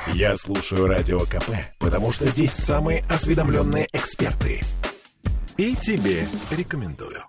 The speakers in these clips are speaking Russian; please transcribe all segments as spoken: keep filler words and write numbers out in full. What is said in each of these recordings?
Я слушаю Радио КП, потому что здесь самые осведомленные эксперты. И тебе рекомендую.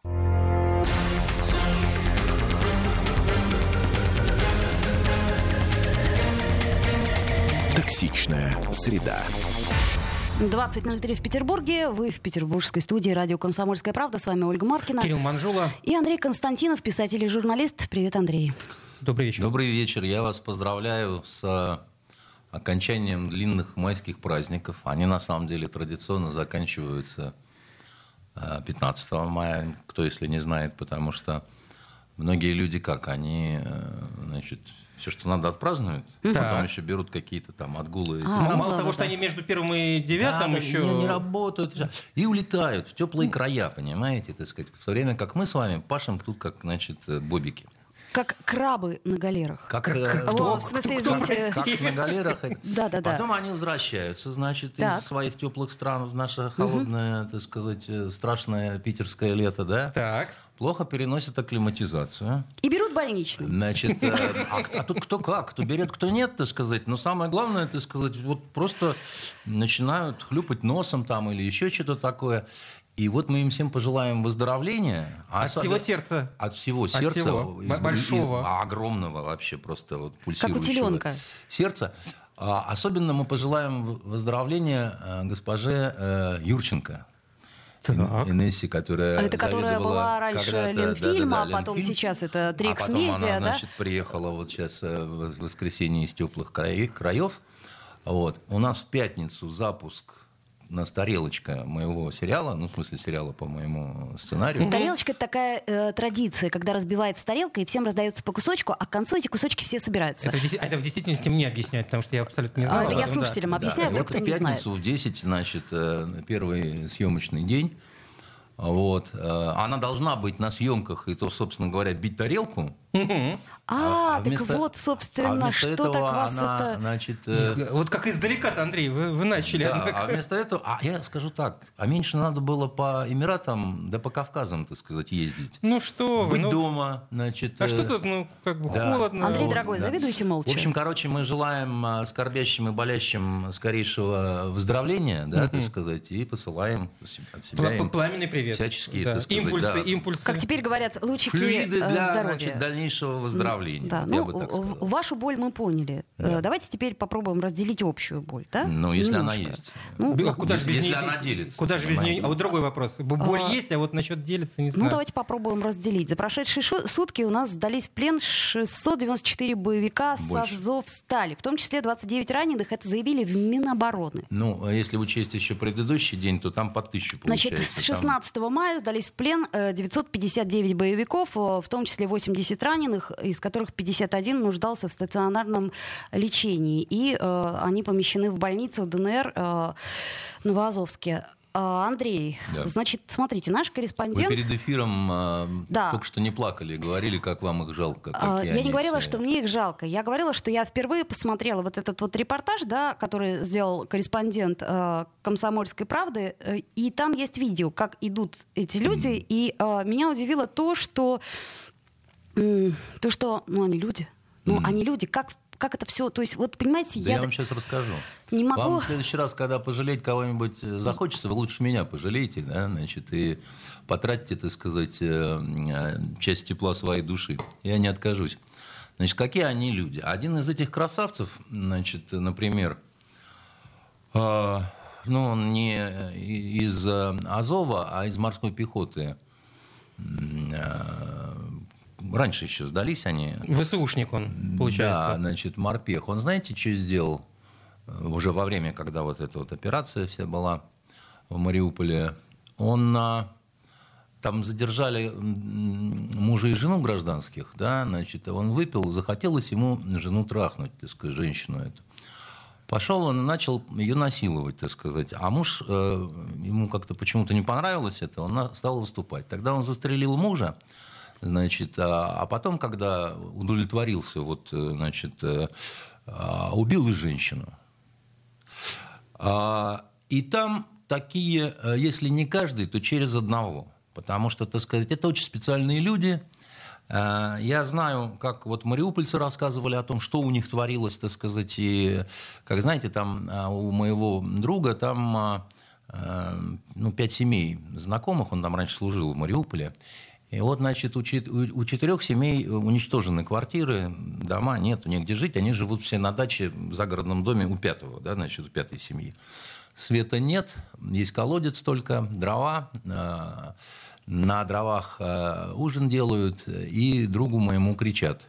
Токсичная среда. двадцать ноль три в Петербурге. Вы в петербургской студии радио «Комсомольская правда». С вами Ольга Маркина. Кирилл Манжула. И Андрей Константинов, писатель и журналист. Привет, Андрей. Добрый вечер. Добрый вечер. Я вас поздравляю с окончанием длинных майских праздников. Они на самом деле традиционно заканчиваются пятнадцатого мая. Кто, если не знает, потому что многие люди как? Они, значит... Все, что надо, отпразднуют, mm-hmm. потом еще берут какие-то там отгулы. А, Мало, ну, мало да, того, да, что да. они между первым и девятым да, еще... Да, не, не работают. И улетают в теплые края, понимаете, так сказать. В то время как мы с вами пашем тут, как, значит, бобики. Как крабы на галерах. Как, как, э, кто, в смысле, кто, извините. Как, как на галерах. Да-да-да. Потом они возвращаются, значит, так. из своих теплых стран в наше холодное, угу. так сказать, страшное питерское лето, да? Так. Плохо переносят акклиматизацию. И берут больничный. Значит, э, а, а тут кто как, кто берет, кто нет, так сказать. Но самое главное, так сказать, вот просто начинают хлюпать носом там или еще что-то такое. И вот мы им всем пожелаем выздоровления. От Особ... всего сердца. От всего От сердца. всего. Из, большого. Из, огромного вообще просто вот пульсирующего. Как у теленка. Сердца. А, особенно мы пожелаем выздоровления э, госпоже э, Юрченко. Так. Инессе, которая Это которая была раньше Ленфильм, да, да, да, а потом Ленфильм. сейчас это Трикс а потом Медиа, она, да? значит, приехала вот сейчас в воскресенье из теплых краев. Вот. У нас в пятницу запуск, у нас тарелочка моего сериала, ну, в смысле, сериала по моему сценарию. Тарелочка — это такая э, традиция, когда разбивается тарелка, и всем раздается по кусочку, а к концу эти кусочки все собираются. Это, а это в действительности мне объясняют, потому что я абсолютно не знал. А, это я да. слушателям объясняю, да, вдруг вот кто в не знает. пятницу в десять, значит, первый съемочный день. Вот. Она должна быть на съемках, и то, собственно говоря, бить тарелку. А, А так вместо- вот, собственно, а что этого так вас она, это... значит, э, Вот как издалека-то, Андрей, вы, вы начали. да, а вместо этого, а я скажу так, а меньше надо было по Эмиратам, да по Кавказам, так сказать, ездить. Ну что вы, Быть ну... дома, значит. А э, что тут, ну, как бы да. холодно. Андрей, вот. дорогой, да. завидуйте молча. В общем, короче, мы желаем а, скорбящим и болящим скорейшего выздоровления, да, так сказать, и посылаем от себя Пла- им Пламенный привет. всяческие, Да. так сказать, Импульсы, да, импульсы. Как теперь говорят, лучики флюиды э, для, здоровья. значит, дальнейшего выздоровления. Да, вот ну, я бы так сказал. в- вашу боль мы поняли. Да. Э, Давайте теперь попробуем разделить общую боль, да? Ну, если она Немножко. есть. Ну, А куда же без Если нее? она делится, Куда же без понимаете? нее? А вот другой вопрос. Боль А, есть, а вот насчет делиться не знаю. Ну, давайте попробуем разделить. За прошедшие шу- сутки у нас сдались в плен шестьсот девяносто четыре боевика с Больше. Азовстали. В том числе двадцать девять раненых. Это заявили в Минобороны. Ну, а если учесть еще предыдущий день, то там по тысяче получается. Значит, с там. шестнадцатого мая сдались в плен э, девятьсот пятьдесят девять боевиков, э, в том числе восемьдесят раненых, из которых пятьдесят один нуждался в стационарном лечении. И э, они помещены в больницу ДНР э, Новоазовске. А, Андрей, Да. значит, смотрите, наш Вы корреспондент... перед эфиром э, Да. только что не плакали, говорили, как вам их жалко. А, какие Я не они говорила, все. что мне их жалко. Я говорила, что я впервые посмотрела вот этот вот репортаж, да, который сделал корреспондент э, «Комсомольской правды», э, и там есть видео, как идут эти люди, mm. и э, меня удивило то, что, м, то, что, ну, они люди, ну, Mm. они люди, как как это все, то есть, вот, понимаете, Да я, я вам сейчас расскажу. не могу... Вам в следующий раз, когда пожалеть кого-нибудь захочется, вы лучше меня пожалейте, да, значит, и потратьте, так сказать, э, часть тепла своей души. Я не откажусь. Значит, какие они люди? Один из этих красавцев, значит, например, э, ну, он не из Азова, а из морской пехоты. Э, Раньше еще сдались они. ВСУшник он, получается. Да, значит, морпех. Он, знаете, что сделал? Уже во время, когда вот эта вот операция вся была в Мариуполе. Он а, там задержали мужа и жену гражданских, да, значит, он выпил, захотелось ему жену трахнуть, так сказать, женщину эту. Пошел он и начал ее насиловать, так сказать. А муж, э, ему как-то почему-то не понравилось это, он на, стал выступать. Тогда он застрелил мужа. Значит, а, а потом, когда удовлетворился, вот, значит, а, убил и женщину. А, и там такие, если не каждый, то через одного. Потому что, так сказать, это очень специальные люди. Я знаю, как вот мариупольцы рассказывали о том, что у них творилось, так сказать, и, как знаете, там у моего друга там ну, пять семей знакомых, он там раньше служил в Мариуполе. И вот, значит, у, у четырех семей уничтожены квартиры, дома, нету негде жить. Они живут все на даче в загородном доме у пятого, да, значит, у пятой семьи. Света нет, есть колодец только, дрова. Э, на дровах э, ужин делают, и другу моему кричат.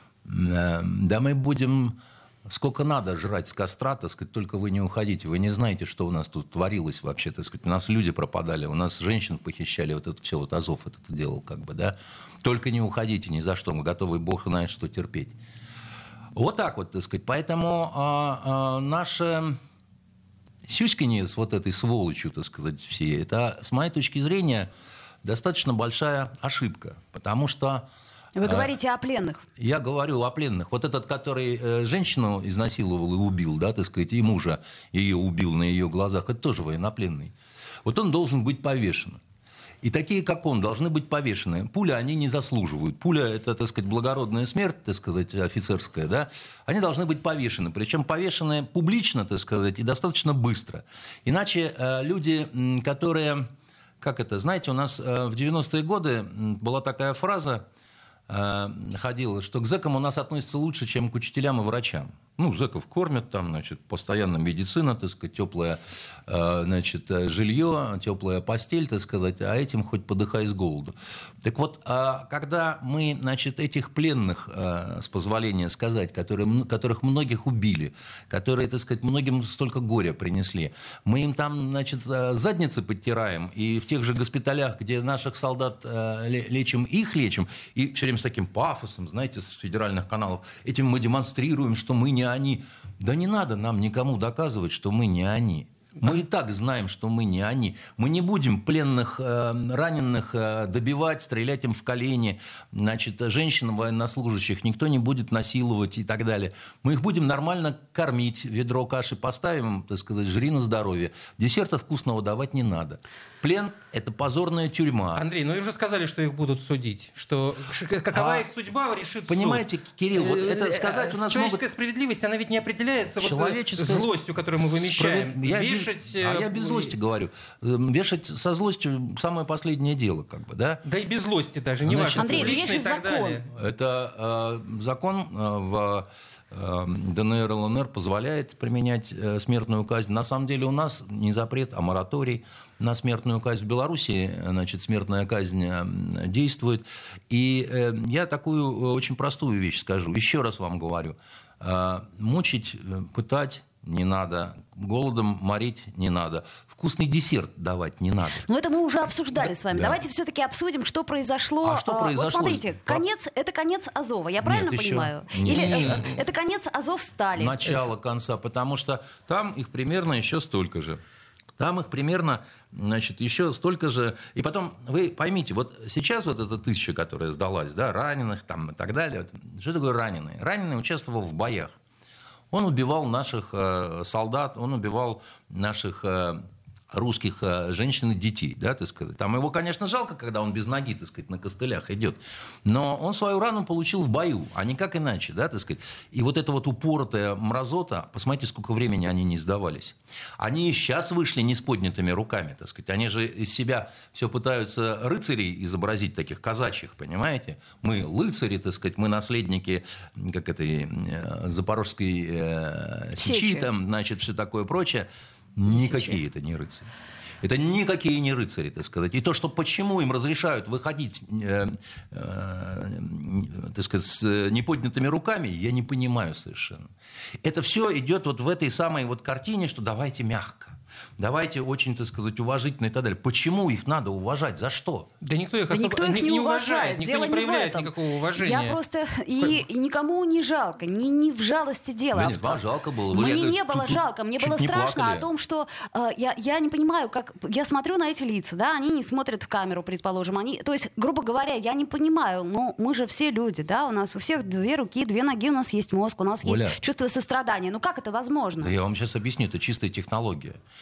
Э, да мы будем сколько надо жрать с костра, так сказать, только вы не уходите. Вы не знаете, что у нас тут творилось вообще, так сказать. У нас люди пропадали, у нас женщин похищали, вот это все, вот Азов это делал, как бы, да. Только не уходите ни за что, мы готовы, Бог знает, что терпеть. Вот так вот, так сказать. Поэтому а, а, наше сюськанье с вот этой сволочью, так сказать, всей, это, с моей точки зрения, достаточно большая ошибка, потому что... Вы говорите о пленных. Я говорю о пленных. Вот этот, который э, женщину изнасиловал и убил, да, так сказать, и мужа ее убил на ее глазах, это тоже военнопленный. Вот он должен быть повешен. И такие, как он, должны быть повешены. Пуля они не заслуживают. Пуля – это, так сказать, благородная смерть, так сказать, офицерская, да. Они должны быть повешены. Причем повешены публично, так сказать, и достаточно быстро. Иначе э, люди, которые, как это, знаете, у нас э, в девяностые годы была такая фраза, ходила, что к зэкам у нас относятся лучше, чем к учителям и врачам. Ну, зэков кормят, там, значит, постоянно медицина, так сказать, теплое, значит, жилье, теплая постель, так сказать, а этим хоть подыхай с голоду. Так вот, когда мы, значит, этих пленных, с позволения сказать, которые, которых многих убили, которые, так сказать, многим столько горя принесли, мы им там, значит, задницы подтираем, и в тех же госпиталях, где наших солдат лечим, их лечим, и все время с таким пафосом, знаете, с федеральных каналов, этим мы демонстрируем, что мы не они. Да не надо нам никому доказывать, что мы не они. Мы и так знаем, что мы не они. Мы не будем пленных, э, раненых э, добивать, стрелять им в колени. Значит, женщин военнослужащих никто не будет насиловать и так далее. Мы их будем нормально кормить. Ведро каши поставим, так сказать, жри на здоровье. Десерта вкусного давать не надо. Плен – это позорная тюрьма. Андрей, ну и уже сказали, что их будут судить. Что, какова а, их судьба, решит понимаете, суд. Кирилл, вот это сказать у нас человеческая могут... справедливость, она ведь не определяется Человеческая... вот злостью, которую мы вымещаем. Справед... Я Вешать... А я без злости говорю. Вешать со злостью самое последнее дело, как бы, да? Да и без злости даже, не важно. Андрей, есть же закон. Далее. Это э, закон э, в э, ДНР, ЛНР позволяет применять э, смертную казнь. На самом деле у нас не запрет, а мораторий на смертную казнь. В Белоруссии, значит, смертная казнь действует. И э, я такую очень простую вещь скажу. Еще раз вам говорю. Э, мучить, пытать не надо. Голодом морить не надо. Вкусный десерт давать не надо. Ну, это мы уже обсуждали с вами. Да. Давайте все-таки обсудим, что произошло. А что произошло? Вот смотрите, конец, это конец Азова. Я правильно Нет, еще. понимаю? Нет, Или еще. это конец Азовстали? Начало конца, потому что там их примерно еще столько же. Там их примерно, значит, еще столько же. И потом, вы поймите, вот сейчас вот эта тысяча, которая сдалась, да, раненых там и так далее. Что такое раненые? Раненый участвовал в боях. Он убивал наших э, солдат, он убивал наших э, русских э, женщин и детей, да, так сказать. Там его, конечно, жалко, когда он без ноги, так сказать, на костылях идет. Но он свою рану получил в бою, а никак иначе, да, так сказать. И вот эта вот упоротая мразота, посмотрите, сколько времени они не сдавались. Они и сейчас вышли не с поднятыми руками, так сказать. Они же из себя все пытаются рыцарей изобразить, таких казачьих, понимаете? Мы рыцари, так сказать, мы наследники, как этой э, запорожской э, сечи, Сечи, там, значит, все такое прочее. Никакие Сечи. Это не рыцари. Это никакие не рыцари, так сказать. И то, что почему им разрешают выходить, э, э, так сказать, с неподнятыми руками, я не понимаю совершенно. Это все идет вот в этой самой вот картине, что давайте мягко. Давайте очень, так сказать, уважительно и так далее. Почему их надо уважать? За что? Да никто их, да особо... никто их не, не уважает. уважает. Никто Дело не проявляет не никакого уважения. Я просто... И никому не жалко. Не, не в жалости дело. Да нет, вам жалко было. Вы, мне я, не говорю, было тут, жалко. Мне чуть было не страшно плакали. О том, что... Э, я, я не понимаю, как... Я смотрю на эти лица, да, они не смотрят в камеру, предположим. Они, то есть, грубо говоря, я не понимаю, но мы же все люди, да, у нас у всех две руки, две ноги, у нас есть мозг, у нас Оля, есть чувство сострадания. Ну как это возможно? Да я вам сейчас объясню, это чистая технология.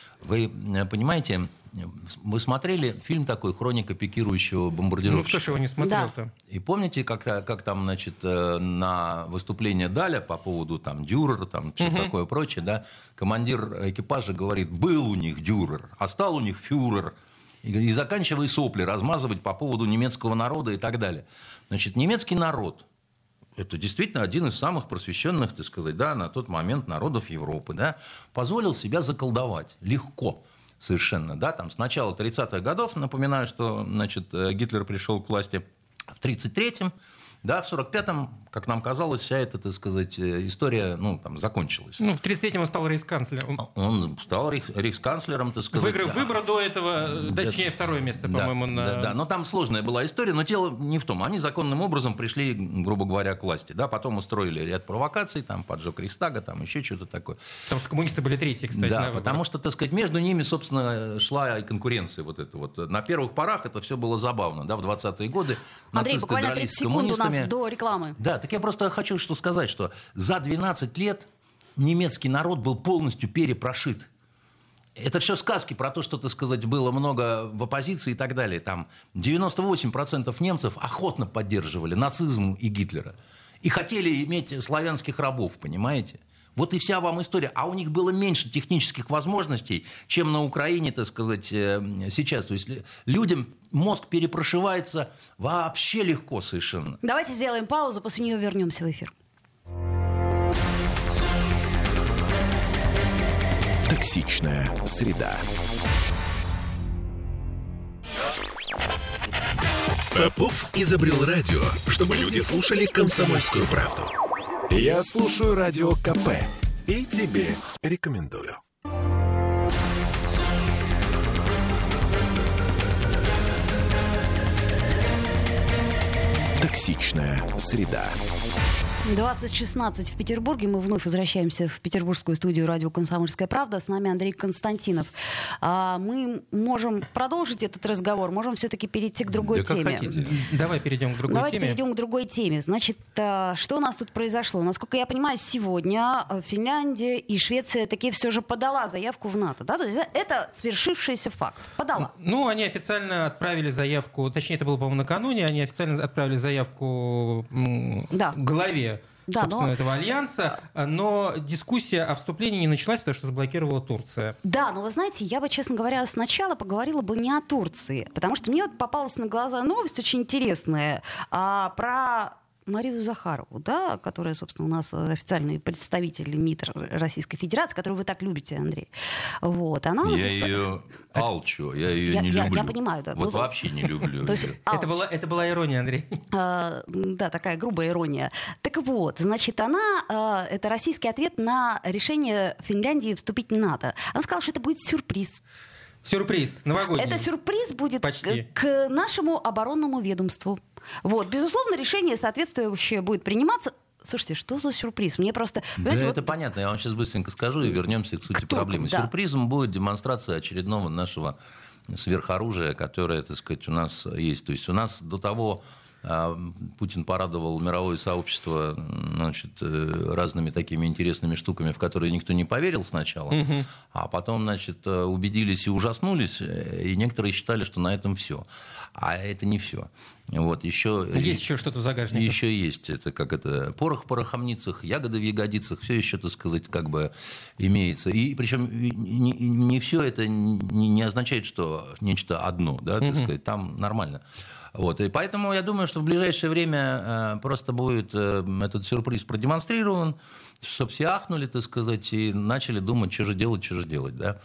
Вы понимаете, вы смотрели фильм такой «Хроника пикирующего бомбардировщика»? Ну, кто же его не смотрел-то? Да. И помните, как, как там, значит, на выступление Даля по поводу там дюрера, там все Угу. такое прочее, да, командир экипажа говорит, был у них дюрер, а стал у них фюрер. И, и заканчивая сопли размазывать по поводу немецкого народа и так далее. Значит, немецкий народ – это действительно один из самых просвещенных, так сказать, да, на тот момент народов Европы, да, позволил себя заколдовать легко. Совершенно, да, там с начала тридцатых годов, напоминаю, что, значит, Гитлер пришел к власти в тридцать третьем, да, в сорок пятом, как нам казалось, вся эта, так сказать, история, ну, там, закончилась. Ну, в тридцать третьем он стал рейхсканцлером. Он стал рейх, рейхсканцлером, так сказать. Выиграв да. выборы до этого, да, точнее, второе место, Да, по-моему, на... да, да, но там сложная была история, но дело не в том. Они законным образом пришли, грубо говоря, к власти, да, потом устроили ряд провокаций, там, поджог Рейхстага, там, еще что-то такое. Потому что коммунисты были третьи, кстати. Да, на выборах. потому что, так сказать, между ними, собственно, шла и конкуренция вот эта вот. На первых порах это все было забавно, да, в двадцатые годы. Андрей, нацисты буквально дрались тридцать с секунд у нас коммунистами. до рекламы. Да, так я просто хочу что сказать, что за двенадцать лет немецкий народ был полностью перепрошит. Это все сказки про то, что, так сказать, было много в оппозиции и так далее. Там девяносто восемь процентов немцев охотно поддерживали нацизм и Гитлера. И хотели иметь славянских рабов, понимаете? Вот и вся вам история. А у них было меньше технических возможностей, чем на Украине, так сказать, сейчас. То есть людям мозг перепрошивается вообще легко совершенно. Давайте сделаем паузу, после нее вернемся в эфир. Токсичная среда. Попов изобрел радио, чтобы люди слушали «Комсомольскую правду». Я слушаю радио КП и тебе рекомендую. Токсичная среда. двадцать шестнадцать в Петербурге. Мы вновь возвращаемся в петербургскую студию радио «Комсомольская правда». С нами Андрей Константинов. А, мы можем продолжить этот разговор, можем все-таки перейти к другой Да как теме. хотите. Давай перейдем к другой Давайте теме. перейдем к другой теме. Значит, а, что у нас тут произошло? Насколько я понимаю, сегодня Финляндия и Швеция таки все же подала заявку в НАТО. Да? То есть это свершившийся факт. Подала. Ну, они официально отправили заявку, точнее, это было, по-моему, накануне, они официально отправили заявку м, Да. главе Да, собственно, но- этого альянса, но дискуссия о вступлении не началась, потому что заблокировала Турция. Да, но вы знаете, я бы, честно говоря, сначала поговорила бы не о Турции, потому что мне вот попалась на глаза новость очень интересная а, про Марию Захарову, да, которая, собственно, у нас официальный представитель МИД Российской Федерации, которую вы так любите, Андрей. Вот, она Я написа- ее алчу, я ее Я- не я- люблю. я понимаю, да. Вот Ну, вообще не люблю. То есть, её. алчу. Это была, это была ирония, Андрей. А, да, такая грубая ирония. Так вот, значит, она, а, это российский ответ на решение Финляндии вступить в НАТО. Она сказала, что это будет сюрприз. Сюрприз, новогодний. Это сюрприз будет Почти. к, к нашему оборонному ведомству. Вот, безусловно, решение соответствующее будет приниматься. Слушайте, что за сюрприз? Мне просто... Да, понимаете, это вот- понятно. Я вам сейчас быстренько скажу и вернемся к сути туркам, проблемы. да. Сюрпризом будет демонстрация очередного нашего сверхоружия, которое, так сказать, у нас есть. То есть у нас до того а, Путин порадовал мировое сообщество, значит, э, разными такими интересными штуками, в которые никто не поверил сначала, Мгм. а потом, значит, э, убедились и ужаснулись, э, и некоторые считали, что на этом все. А это не все. Вот, еще... Есть еще что-то в загажнике. Еще есть, это как это, порох в пороховницах, ягоды в ягодицах, все еще, так сказать, как бы имеется. И причем не, не все это не, не означает, что нечто одно, да, так Мгм. сказать, там нормально. Вот, и поэтому я думаю, что в ближайшее время э, просто будет э, этот сюрприз продемонстрирован, чтобы все ахнули, так сказать, и начали думать, что же делать, что же делать, да.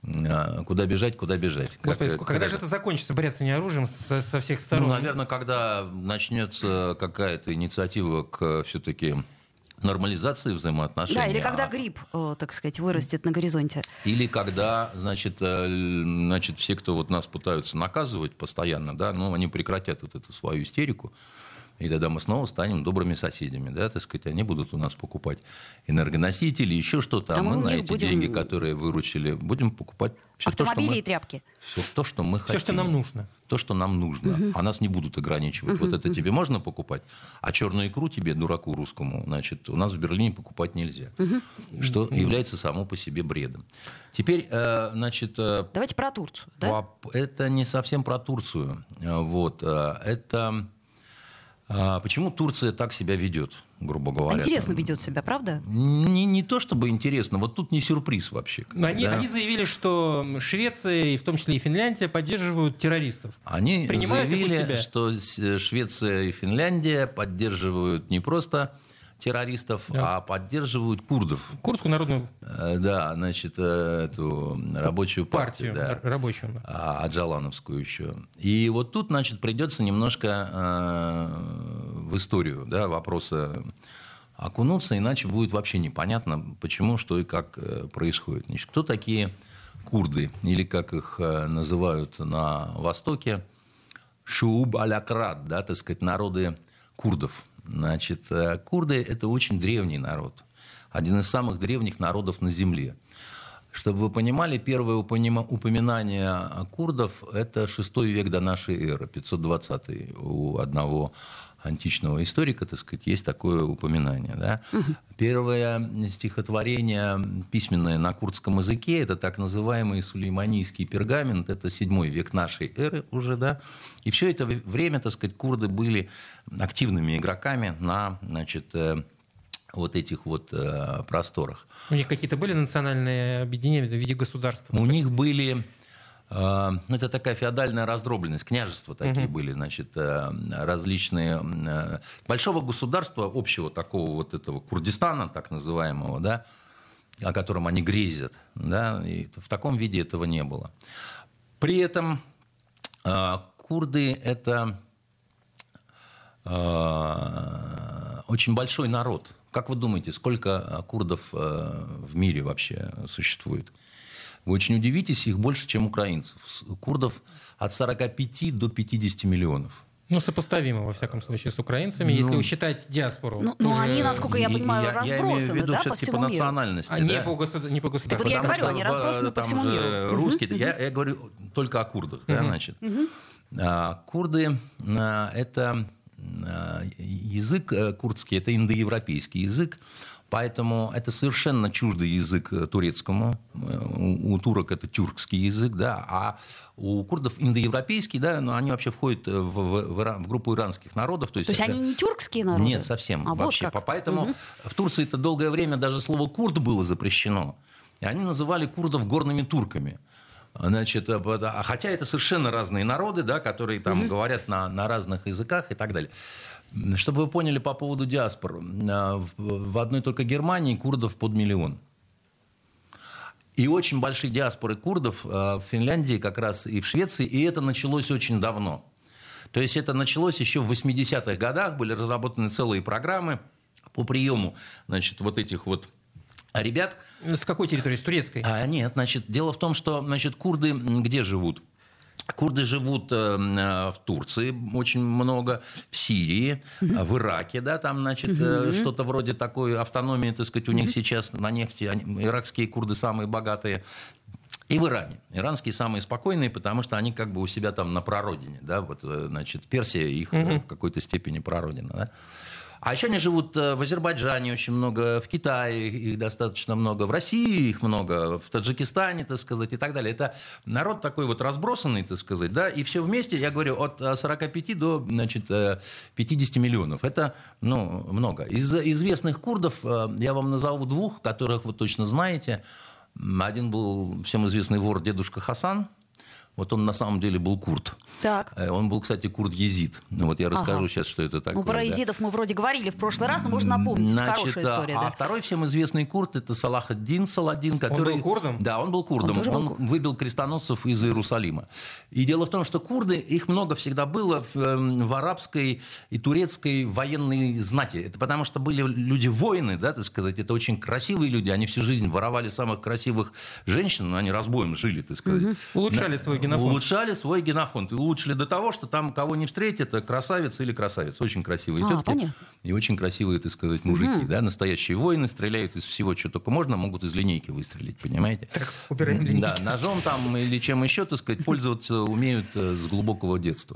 Э, Куда бежать, куда бежать. Господи, Как, сколько- когда как же это закончится, бряцание оружием со, со всех Ну, сторон? наверное, когда начнется какая-то инициатива к все-таки нормализации взаимоотношений. Да, или когда а- гриб, э, так сказать, вырастет на горизонте. Или когда, значит, э, л- значит, все, кто вот нас пытаются наказывать постоянно, да, ну, они прекратят вот эту свою истерику И тогда мы снова станем добрыми соседями, да, так сказать, они будут у нас покупать энергоносители, еще что-то, а, а мы, мы на эти будем... деньги, которые выручили, будем покупать все автомобили то, что мы... и тряпки. Все то, что мы хотим. Все, что нам нужно. То, что нам нужно. Угу. А нас не будут ограничивать. Угу. Вот это тебе можно покупать, а черную икру тебе, дураку русскому, значит, у нас в Берлине покупать нельзя. Угу. Что угу. является само по себе бредом. Теперь, значит... Давайте про Турцию. Да? Это не совсем про Турцию. Вот. Это... Почему Турция так себя ведет, грубо говоря? Интересно ведет себя, правда? Не, не то чтобы интересно, вот тут не сюрприз вообще. Они, да? они заявили, что Швеция, и в том числе и Финляндия, поддерживают террористов. Они заявили, что Швеция и Финляндия поддерживают не просто террористов, да. а поддерживают курдов. Курдскую народную... Да, значит, эту рабочую партию. партию да, рабочую. Да. Аджалановскую еще. И вот тут, значит, придется немножко э, в историю, да, вопроса окунуться, иначе будет вообще непонятно, почему, что и как происходит. Значит, кто такие курды, или как их называют на Востоке, шууб алякрат, да, так сказать, народы курдов. Значит, курды – это очень древний народ. Один из самых древних народов на Земле. Чтобы вы понимали, первое упоминание курдов – это шестой век до нашей эры, пятьсот двадцатый. У одного античного историка, так сказать, есть такое упоминание. Да? Угу. Первое стихотворение письменное на курдском языке – это так называемый сулейманийский пергамент, это седьмой век нашей эры уже, да. И все это время, так сказать, курды были активными игроками на, значит, вот этих вот просторах. У них какие-то были национальные объединения в виде государства? У них были... Ну, это такая феодальная раздробленность, княжества такие угу. были, значит, различные... Большого государства, общего такого вот этого Курдистана, так называемого, да, о котором они грезят, да, и в таком виде этого не было. При этом курды – это очень большой народ. Как вы думаете, сколько курдов в мире вообще существует? Вы очень удивитесь, их больше, чем украинцев. Курдов от сорока пяти до пятидесяти миллионов. Ну, сопоставимо, во всяком случае, с украинцами, ну, если считать диаспору. Ну, ну они, насколько я понимаю, я, разбросаны, я имею в виду, да, по всему по миру. национальности. А да? не, по государ... не по государству. Так вот я говорю, они разбросаны в, по всему миру. Русские, угу. я, я говорю только о курдах. Да, значит. Угу. А, курды – это язык курдский, это индоевропейский язык. Поэтому это совершенно чуждый язык турецкому. У, у турок это тюркский язык, да, а у курдов индоевропейский, да, но они вообще входят в, в, в, Иран, в группу иранских народов. То есть, то есть это... они не тюркские народы? Нет, совсем а вообще. Вот как. Поэтому угу. в Турции это долгое время даже слово «курд» было запрещено. И они называли курдов горными турками. Значит, хотя это совершенно разные народы, да, которые там угу. говорят на, на разных языках и так далее. Чтобы вы поняли по поводу диаспор, в одной только Германии курдов под миллион. И очень большие диаспоры курдов в Финляндии как раз и в Швеции, и это началось очень давно. То есть это началось еще в восьмидесятых годах, были разработаны целые программы по приему, значит, вот этих вот ребят. С какой территории? С турецкой? А, нет, значит, дело в том, что, значит, курды где живут? Курды живут в Турции очень много, в Сирии, uh-huh. в Ираке, да, там, значит, uh-huh. что-то вроде такой автономии, так сказать, у них uh-huh. сейчас на нефти. Иракские курды самые богатые. И в Иране. Иранские самые спокойные, потому что они как бы у себя там на прародине, да, вот, значит, Персия их uh-huh. в какой-то степени прародина, да. А еще они живут в Азербайджане очень много, в Китае их достаточно много, в России их много, в Таджикистане, так сказать, и так далее. Это народ такой вот разбросанный, так сказать, да, и все вместе, я говорю, от сорока пяти до, значит, пятидесяти миллионов. Это, ну, много. Из известных курдов я вам назову двух, которых вы точно знаете. Один был всем известный вор дедушка Хасан. Вот он на самом деле был курд. Так. Он был, кстати, курд-езид. Вот я расскажу ага. сейчас, что это такое. Ну, про езидов да. мы вроде говорили в прошлый раз, но можно напомнить. Значит, хорошая история. А да. второй всем известный курд – это Салах ад-Дин Саладин, который... Он был курдом? Да, он был курдом. Он, он был курд. выбил крестоносцев из Иерусалима. И дело в том, что курды, их много всегда было в, в арабской и турецкой военной знати. Это потому что были люди-воины, да, так сказать. Это очень красивые люди. Они всю жизнь воровали самых красивых женщин, но они разбоем жили, так сказать. Угу. Улучшали свой генотип. генофонд. Улучшали свой генофонд. И улучшили до того, что там кого не встретят, это красавица или красавец. Очень красивые А, тетки. понятно. И очень красивые, так сказать, мужики. Угу. Да? Настоящие воины, стреляют из всего, что только можно, могут из линейки выстрелить, понимаете? Так, убираем линейки. Да, ножом там или чем еще, так сказать, пользоваться умеют с глубокого детства.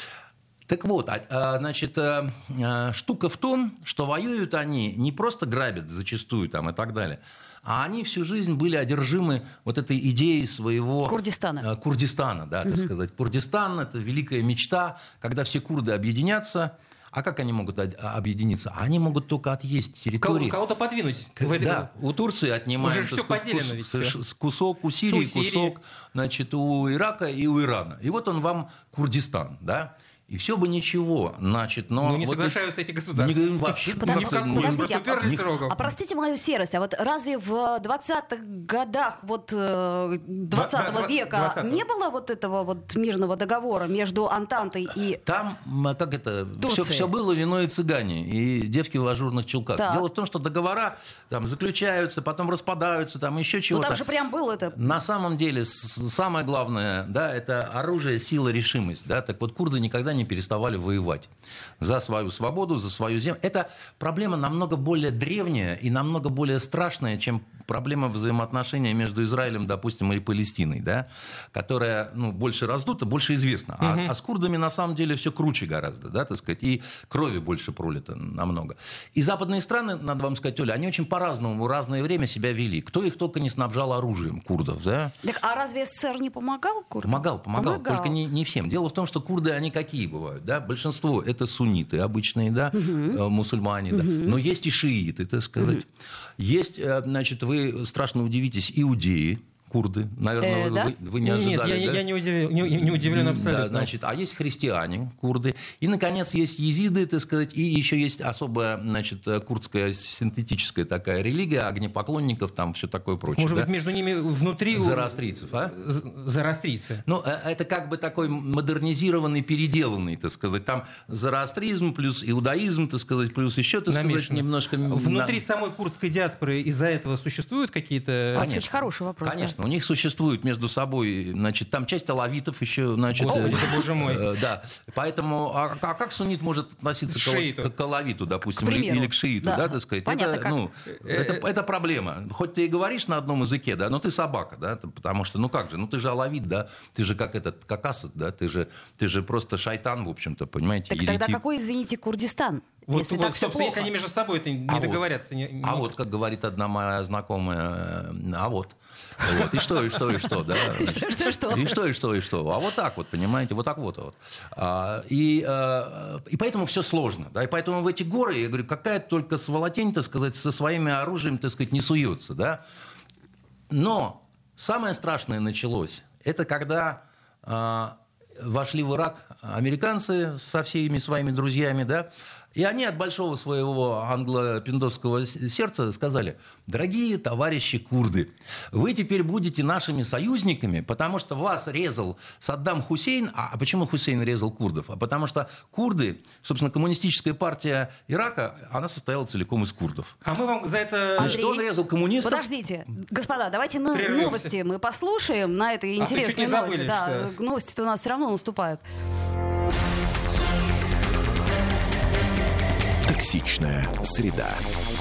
Так вот, а, а, значит, а, а, штука в том, что воюют они не просто грабят зачастую там и так далее, а они всю жизнь были одержимы вот этой идеей своего... Курдистана. А, Курдистана, да, так угу. сказать. Курдистан – это великая мечта, когда все курды объединятся. А как они могут объединиться? Они могут только отъесть территории. Кого-то подвинуть. В этой... Да, у Турции отнимаем уже все поделено ведь кус... кусок, у Сирии, у Сирии кусок, значит, у Ирака и у Ирана. И вот он вам Курдистан, да? И все бы ничего, значит, но... Ну, не вот соглашаются эти государства. Не, вообще, Подожди, ни в какую, подождите, просто уперлись а, рогом. а простите мою серость, а вот разве в двадцатых годах вот двадцатого века двадцатого не было вот этого вот мирного договора между Антантой и... Там, как это, все, Турции. все было вино и цыгане, и девки в ажурных чулках. Так. Дело в том, что договора там заключаются, потом распадаются, там еще Ну чего-то. там же прям было это... На самом деле, с- самое главное, да, это оружие, сила, решимость. Да? Так вот, курды никогда не переставали воевать за свою свободу, за свою землю. Это проблема намного более древняя и намного более страшная, чем проблема взаимоотношений между Израилем, допустим, и Палестиной, да? Которая ну, больше раздута, больше известна. А, Угу. а с курдами на самом деле все круче гораздо, да, так сказать, и крови больше пролито намного. И западные страны, надо вам сказать, Оля, они очень по-разному в разное время себя вели. Кто их только не снабжал оружием, курдов, да? Так, а разве СССР не помогал курдам? Помогал, помогал, Помогал. только не, не всем. Дело в том, что курды, они какие бывают, да? Большинство это сунниты обычные, да, э, мусульмане, да. Но есть и шииты, так сказать. Есть, э, значит, вы страшно удивитесь, иудеи, курды, наверное, Э, вы, да? вы- вы не ожидали, Нет, я, да? я не, удивил, не, не удивлен абсолютно. Да, значит, а есть христиане, курды. И, наконец, есть езиды, так сказать. И еще есть особая, значит, курдская синтетическая такая религия, огнепоклонников, там все такое прочее. Может да? быть, между ними внутри... у- Зороастрийцев, а? З- Зороастрийцы. Ну, э, это как бы такой модернизированный, переделанный, так сказать. Там зороастризм плюс иудаизм, так сказать, плюс еще, так сказать, Намешано. немножко... Внутри на- самой курдской диаспоры из-за этого существуют какие-то... А, кстати, хороший вопрос. Конечно, у них существует между собой, значит, там часть алавитов еще, значит... Господи, э, да, боже мой. э, Да, поэтому, а, а как суннит может относиться К к, ала- шииту. к алавиту, допустим, К или, примеру. или к шииту, Да. да, так сказать? Понятно, это, как. ну, это, это проблема. Хоть ты и говоришь на одном языке, да, но ты собака, да, ты- потому что, ну как же, ну ты же алавит, да, ты же как этот, как Асад, да, ты же, ты же просто шайтан, в общем-то, понимаете, Так тогда еретик. какой, извините, Курдистан? Вот, если вот, так все собственно, если плохо? они между собой это не А вот. договорятся. не- А не- вот, как говорит одна моя знакомая, э, а вот. Вот. И что, и что, и что, да. Что, что, что? И что, и что, и что. А вот так вот, понимаете, вот так вот. вот. А, и, э, и поэтому все сложно. Да? И поэтому в эти горы, я говорю, какая только сволотень, так сказать, со своими оружием, так сказать, не суется. Да? Но самое страшное началось. Это когда э, вошли в Ирак американцы со всеми своими друзьями, да, и они от большого своего англо-пиндосского сердца сказали: дорогие товарищи курды, вы теперь будете нашими союзниками, потому что вас резал Саддам Хусейн. А почему Хусейн резал курдов? А потому что курды, собственно, коммунистическая партия Ирака, она состояла целиком из курдов. А мы вам за это... И Андрей, что он резал коммунистов? Подождите, господа, давайте на Прервемся. новости мы послушаем на этой Ах, вы чуть интересной не новости. забыли, Да, что- новости-то у нас все равно наступают. Токсичная среда.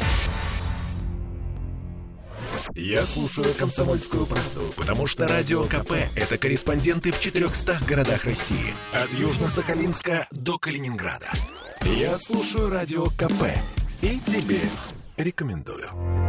Я слушаю «Комсомольскую правду», потому что Радио КП – это корреспонденты в четырехстах городах России. От Южно-Сахалинска до Калининграда. Я слушаю Радио КП и тебе рекомендую.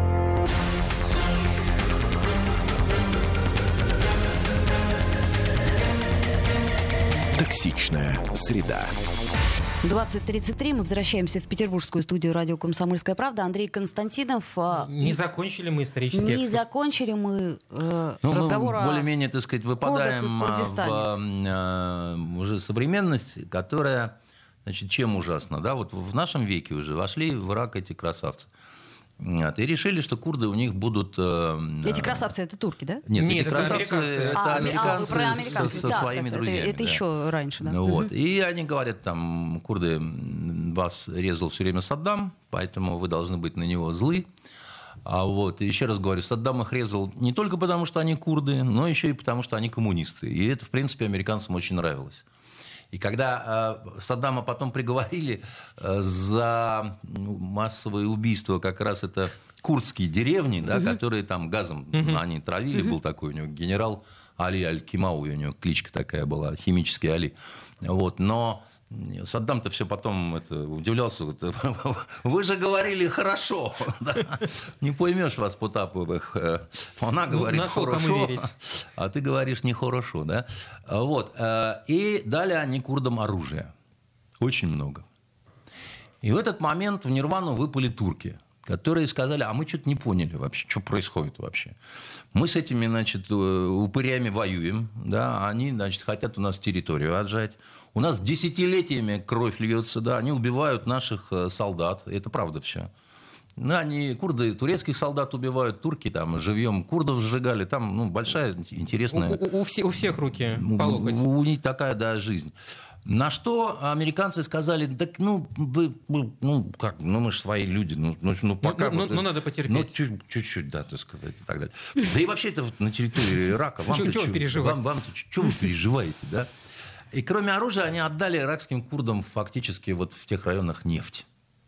Токсичная среда. двадцать тридцать три. Мы возвращаемся в петербургскую студию радио «Комсомольская правда». Андрей Константинов. а, Не закончили мы исторический Не экскурс. закончили мы э, Ну, разговор мы о... более-менее, так сказать, выпадаем Курдах и а, Курдистане. в а, уже современность, которая, значит, чем ужасна, да, вот в нашем веке уже вошли в Ирак эти красавцы. Вот, и решили, что курды у них будут... э, Эти красавцы — это турки, да? Нет, Нет, эти это красавцы американцы. это А, американцы, а, вы про со- американцев. со, Да, своими это- друзьями. Это, это да. еще раньше, да. Ну Мгм. вот. И они говорят, там, курды, м, вас резал все время Саддам, поэтому вы должны быть на него злы. А вот, и еще раз говорю, Саддам их резал не только потому, что они курды, но еще и потому, что они коммунисты. И это, в принципе, американцам очень нравилось. И когда э, Саддама потом приговорили э, за ну, массовые убийства, как раз это курдские деревни, да, uh-huh. которые там газом uh-huh. они травили, uh-huh. был такой у него генерал Али Аль-Кимау, у него кличка такая была, химический Али. Вот, но Саддам-то все потом это, удивлялся. Вы же говорили хорошо. Да? Не поймешь вас, Потаповых. Она говорит ну, хорошо, а ты говоришь нехорошо. Да? Вот. И дали они курдам оружие. Очень много. И в этот момент в Нирвану выпали турки, которые сказали, а мы что-то не поняли вообще, что происходит вообще. Мы с этими, значит, упырями воюем, да, они, значит, хотят у нас территорию отжать. У нас десятилетиями кровь льется, да, они убивают наших солдат, это правда все. Ну, они, курды, турецких солдат убивают, турки там живьем курдов сжигали, там, ну, большая интересная... У, у, у, все, у всех руки по локоть. У, у них такая, да, жизнь. На что американцы сказали, так, ну, вы, ну, как, ну, мы же свои люди, ну, ну, ну пока... Ну, вот, ну, ну, надо потерпеть. Ну, чуть, чуть-чуть, да, так сказать, и так далее. Да и вообще это на территории Ирака. Вам-то чего переживать? Вам, вам-то что вы переживаете, да? И кроме оружия они отдали иракским курдам фактически вот в тех районах нефть.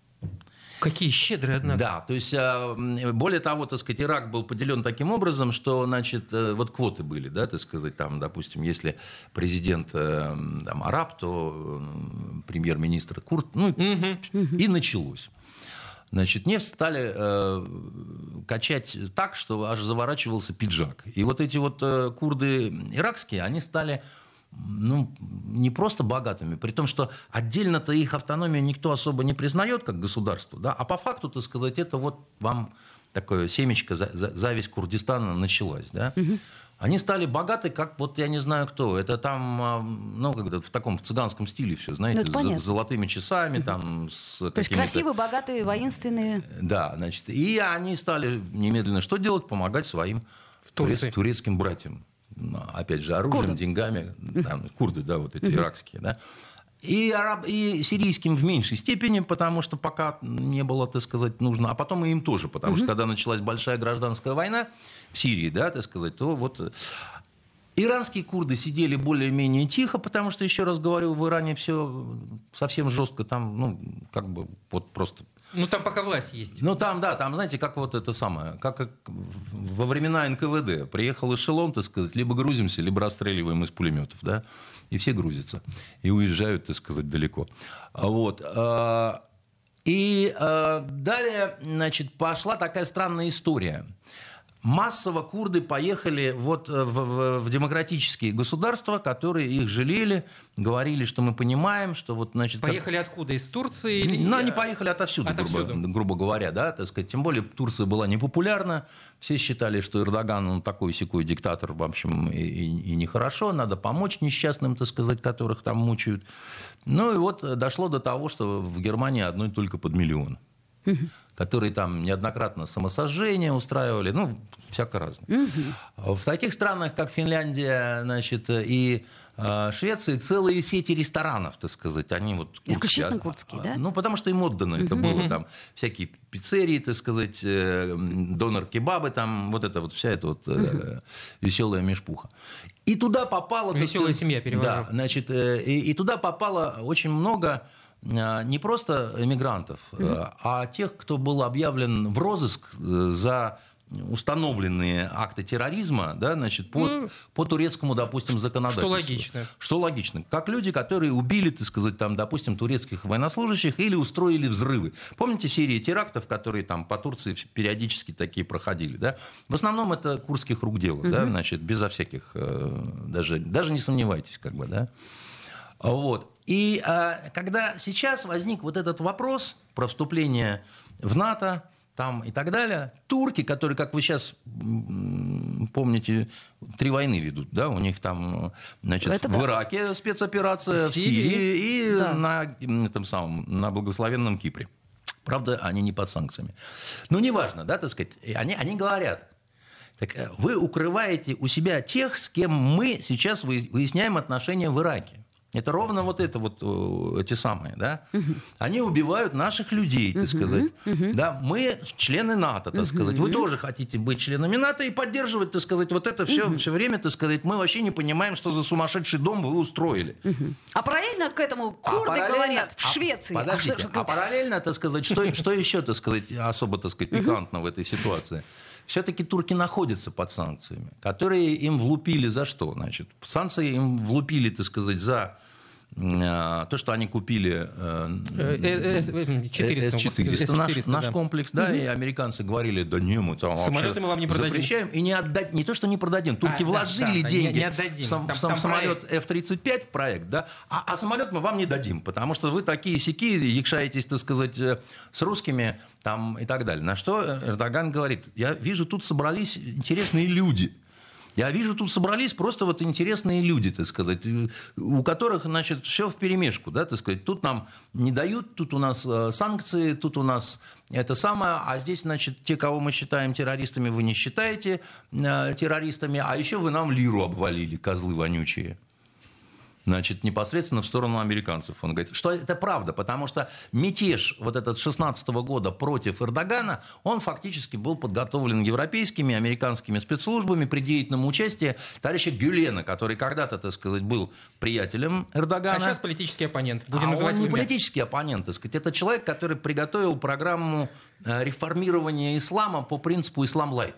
Какие щедрые, однако. Да, то есть, более того, так сказать, Ирак был поделен таким образом, что, значит, вот квоты были, да, так сказать, там, допустим, если президент там, араб, то премьер-министр курд, ну, угу. и началось. Значит, нефть стали э, качать так, что аж заворачивался пиджак. И вот эти вот э, курды иракские, они стали... ну, не просто богатыми, при том, что отдельно-то их автономию никто особо не признает как государство, да, а по факту, так сказать, это вот вам такое семечко, зависть Курдистана началась, да. Угу. Они стали богаты, как вот я не знаю кто, это там, ну, как в таком в цыганском стиле все, знаете, ну, с золотыми часами, угу. там, с то есть красивые, богатые, воинственные. Да, значит, и они стали немедленно что делать? Помогать своим турец, турецким братьям. Опять же, оружием, курды. деньгами, там, курды, да, вот эти uh-huh. иракские, да, и, араб, и сирийским в меньшей степени, потому что пока не было, так сказать, нужно, а потом и им тоже, потому uh-huh. что когда началась большая гражданская война в Сирии, да, так сказать, то вот иранские курды сидели более-менее тихо, потому что, еще раз говорю, в Иране все совсем жестко, там, ну, как бы, вот просто... Ну, там пока власть есть. Ну, там, да, там, знаете, как вот это самое, как во времена эн ка вэ дэ. Приехал эшелон, так сказать, либо грузимся, либо расстреливаем из пулеметов, да, и все грузятся, и уезжают, так сказать, далеко. Вот. И далее, значит, пошла такая странная история. Массово курды поехали вот в, в, в демократические государства, которые их жалели, говорили, что мы понимаем, что вот, значит... Поехали как... откуда? Из Турции? Или... Ну, они поехали отовсюду, отовсюду. Грубо, грубо говоря, да, так сказать. Тем более Турция была непопулярна, все считали, что Эрдоган, он такой-сякой диктатор, в общем, и, и, и нехорошо, надо помочь несчастным, так сказать, которых там мучают. Ну, и вот дошло до того, что в Германии одной только под миллион. Угу. Которые там неоднократно самосожжения устраивали, ну, всяко разное. Угу. В таких странах, как Финляндия, значит, и э, Швеция, целые сети ресторанов, так сказать, они вот... Исключительно курдские, а, да? Ну, потому что им отдано угу. это было, там, всякие пиццерии, так сказать, э, донор-кебабы, там, вот это вот, вся эта вот э, угу. веселая межпуха. И туда попало... Веселая семья, перевожу. Да, значит, э, и, и туда попало очень много... не просто эмигрантов, mm-hmm. а тех, кто был объявлен в розыск за установленные акты терроризма, да, значит, по, mm. по турецкому, допустим, законодательству. Что логично. Что логично. Как люди, которые убили, так сказать, там, допустим, турецких военнослужащих или устроили взрывы. Помните серии терактов, которые там по Турции периодически такие проходили, да? В основном это курдских рук дело, mm-hmm. да, значит, безо всяких, даже, даже не сомневайтесь, как бы, да. Вот. И а, когда сейчас возник вот этот вопрос про вступление в НАТО там, и так далее, турки, которые, как вы сейчас помните, три войны ведут, да, у них там, значит, это в да. Ираке спецоперация, в Сирии, в Сирии и да. на, этом самом, на благословенном Кипре. Правда, они не под санкциями. Но неважно, да, так сказать, они, они говорят, так вы укрываете у себя тех, с кем мы сейчас выясняем отношения в Ираке. Это ровно вот это вот эти самые, да? Угу. Они убивают наших людей, так угу. сказать. Угу. Да, мы члены НАТО, так угу. сказать. Вы тоже хотите быть членами НАТО и поддерживать, так сказать, вот это все, угу. все время, так сказать. Мы вообще не понимаем, что за сумасшедший дом вы устроили. Угу. А параллельно к этому курды а говорят в Швеции. А, подождите, а, а параллельно, так сказать, что, что еще, так сказать, особо, так сказать, пикантно угу. в этой ситуации? Все-таки турки находятся под санкциями, которые им влупили за что? Значит, санкции им влупили, так сказать, за то, что они купили эс четыреста, наш, наш комплекс, да, угу. и американцы говорили, да не, мы там самолеты мы вам не продадим. Запрещаем, и не отдать, не то, что не продадим, турки а, вложили да, да, деньги не, не в, сам, там, в сам самолет эф тридцать пять в проект, да, а, а самолет мы вам не дадим, потому что вы такие сяки, якшаетесь, так сказать, с русскими там, и так далее. На что Эрдоган говорит, я вижу, тут собрались интересные люди. Я вижу, тут собрались просто вот интересные люди, так сказать, у которых, значит, все вперемешку, да, так сказать. Тут нам не дают, тут у нас санкции, тут у нас это самое, а здесь, значит, те, кого мы считаем террористами, вы не считаете террористами, а еще вы нам лиру обвалили, козлы вонючие. Значит, непосредственно в сторону американцев. Он говорит, что это правда, потому что мятеж вот этот шестнадцатого года против Эрдогана, он фактически был подготовлен европейскими, американскими спецслужбами при деятельном участии товарища Гюлена, который когда-то, так сказать, был приятелем Эрдогана. А сейчас политический оппонент. Будем а называть он не имя. политический оппонент, так сказать. Это человек, который приготовил программу реформирования ислама по принципу «Ислам-лайт».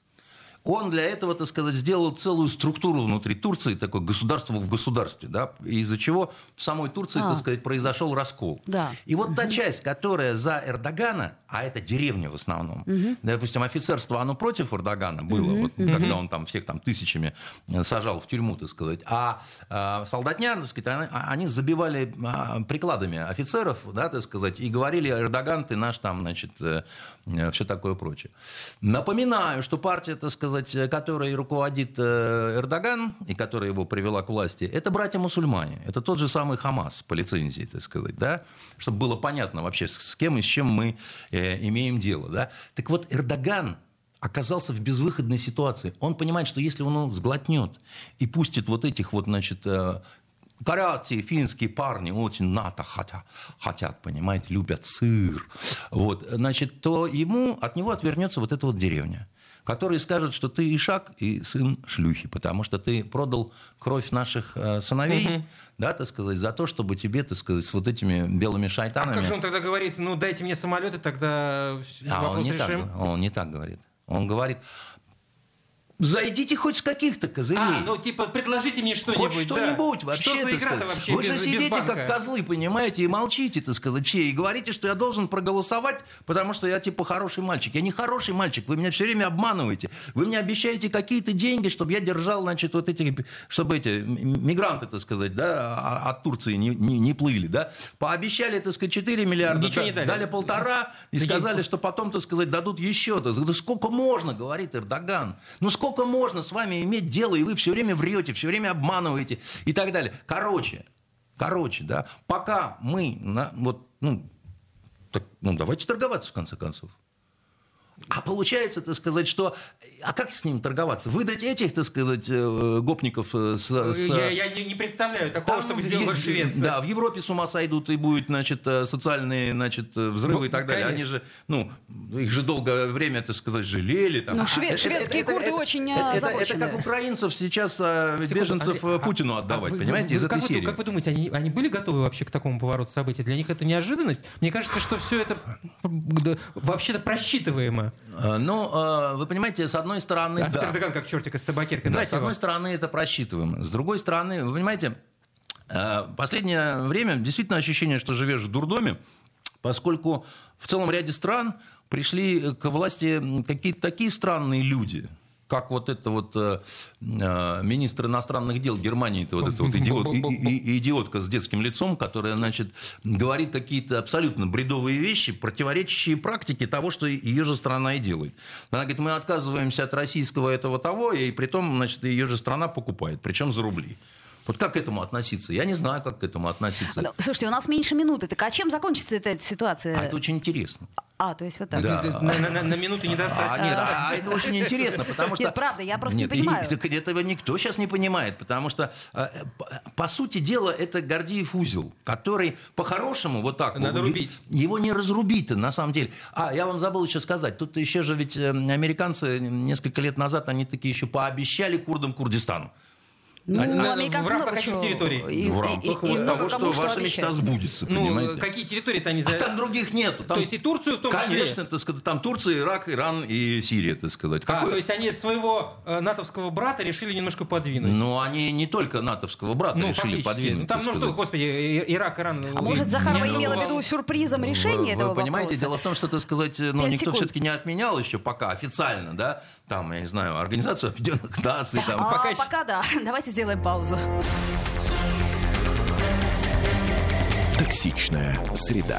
Он для этого, так сказать, сделал целую структуру внутри Турции, такое государство в государстве, да, из-за чего в самой Турции, а. так сказать, произошел раскол. Да. И вот угу. та часть, которая за Эрдогана, а это деревня в основном, угу. допустим, офицерство, оно против Эрдогана было, угу. вот, угу. когда он там всех там тысячами сажал в тюрьму, так сказать, а, а солдатня, так сказать, они, они забивали а, прикладами офицеров, да, так сказать, и говорили, Эрдоган, ты наш там, значит, все такое прочее. Напоминаю, что партия, так сказать, которой руководит Эрдоган и которая его привела к власти, это братья-мусульмане. Это тот же самый Хамас по лицензии, так сказать, да? Чтобы было понятно вообще, с кем и с чем мы э, имеем дело. Да? Так вот, Эрдоган оказался в безвыходной ситуации. Он понимает, что если он сглотнет и пустит вот этих вот, значит, э, корейцы, финские парни очень НАТО хотят, хотят, понимаете, любят сыр, вот, значит, то ему, от него отвернется вот эта вот деревня, которые скажут, что ты ишак и сын шлюхи, потому что ты продал кровь наших э, сыновей, угу. да, так сказать, за то, чтобы тебе, так сказать, с вот этими белыми шайтанами... А как же он тогда говорит, ну, дайте мне самолеты, тогда а вопрос он не решим? Так, он не так говорит. Он говорит... Зайдите хоть с каких-то козырей. А, ну, типа, предложите мне что-нибудь. Хоть что-нибудь да. вообще. Что за игра-то вообще Вы без, же сидите без как козлы, понимаете, и молчите, так сказать, все. И говорите, что я должен проголосовать, потому что я, типа, хороший мальчик. Я не хороший мальчик, вы меня все время обманываете. Вы мне обещаете какие-то деньги, чтобы я держал, значит, вот эти, чтобы эти мигранты, так сказать, да, от Турции не, не, не плыли, да. Пообещали, так сказать, четыре миллиарда, Ничего да, не дали. дали полтора, и сказали, что потом, так сказать, дадут еще. Да сколько можно, говорит Эрдоган. Ну, сколько можно с вами иметь дело, и вы все время врете, все время обманываете и так далее. Короче, короче, да, пока мы, на, вот, ну, так, ну, давайте торговаться в конце концов. А получается, так сказать, что... А как с ним торговаться? Выдать этих, так сказать, гопников с... с... Я, я не, не представляю такого, там, чтобы сделала в... Швеция. Да, в Европе с ума сойдут, и будут, значит, социальные, значит, взрывы ну, и так далее. Конечно. Они же, ну, их же долгое время, так сказать, жалели. Там. Ну, швед, это, шведские это, курды это, очень это, это, озабочены. Это как украинцев сейчас Секунду, беженцев а, Путину отдавать, а, понимаете, вы, из этой как серии. Вы, как вы думаете, они, они были готовы вообще к такому повороту событий? Для них это неожиданность? Мне кажется, что все это вообще-то просчитываемо. Ну, вы понимаете, с одной стороны, а да. Эрдоган как чертик из табакерки. Да, с одной стороны, это просчитываемо. С другой стороны, вы понимаете, в последнее время действительно ощущение, что живешь в дурдоме, поскольку в целом ряде стран пришли к власти какие-то такие странные люди, как вот это вот э, э, министр иностранных дел Германии, вот эта вот идиот, и, и, идиотка с детским лицом, которая, значит, говорит какие-то абсолютно бредовые вещи, противоречащие практике того, что ее же страна и делает. Она говорит, мы отказываемся от российского этого того, и при том, значит, ее же страна покупает, причем за рубли. Вот как к этому относиться? Я не знаю, как к этому относиться. Ну, слушайте, у нас меньше минуты. Так а чем закончится эта, эта ситуация? А это очень интересно. А, то есть вот так. Да. На, на- на- на минуты не достать. А, нет, а, а это очень интересно, потому что... Нет, правда, я просто Нет, не понимаю. и- так этого никто сейчас не понимает, потому что, э, по, по сути дела, это Гордиев узел, который по-хорошему вот так... Надо вот, рубить. Его не разрубить-то, на самом деле. А, я вам забыл еще сказать, тут еще же ведь э, американцы несколько лет назад, они такие еще пообещали курдам Курдистану. Ну, Они- на- американцы в рамках много каких чего- территорий? и- в и- рамках и- и вот много того, что кому ваша мечта обещают. сбудется, Ну, понимаете? какие территории-то они... А за- там других нету. Там, То есть и Турцию в том числе? конечно, так сказать, там Турция, Ирак, Иран и Сирия, так сказать. А, Какой- то есть они своего э, натовского брата решили немножко подвинуть. Ну, они не только натовского брата Ну, решили фактически. подвинуть. Ну, там, так ну что, сказать. господи, И- Ирак, Иран... А может, Захарова не имела в особо- виду сюрпризом решение Вы- этого вы понимаете, вопроса? дело в том, что, так сказать, ну, Пять никто секунд. все-таки не отменял еще пока официально, да, там, я не знаю, Организацию Объединенных Наций, там, А, пока пока, еще- да. Давайте сделаем паузу. Токсичная среда.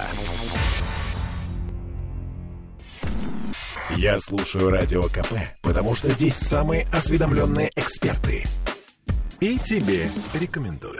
Я слушаю Радио КП, потому что здесь самые осведомленные эксперты. И тебе рекомендую.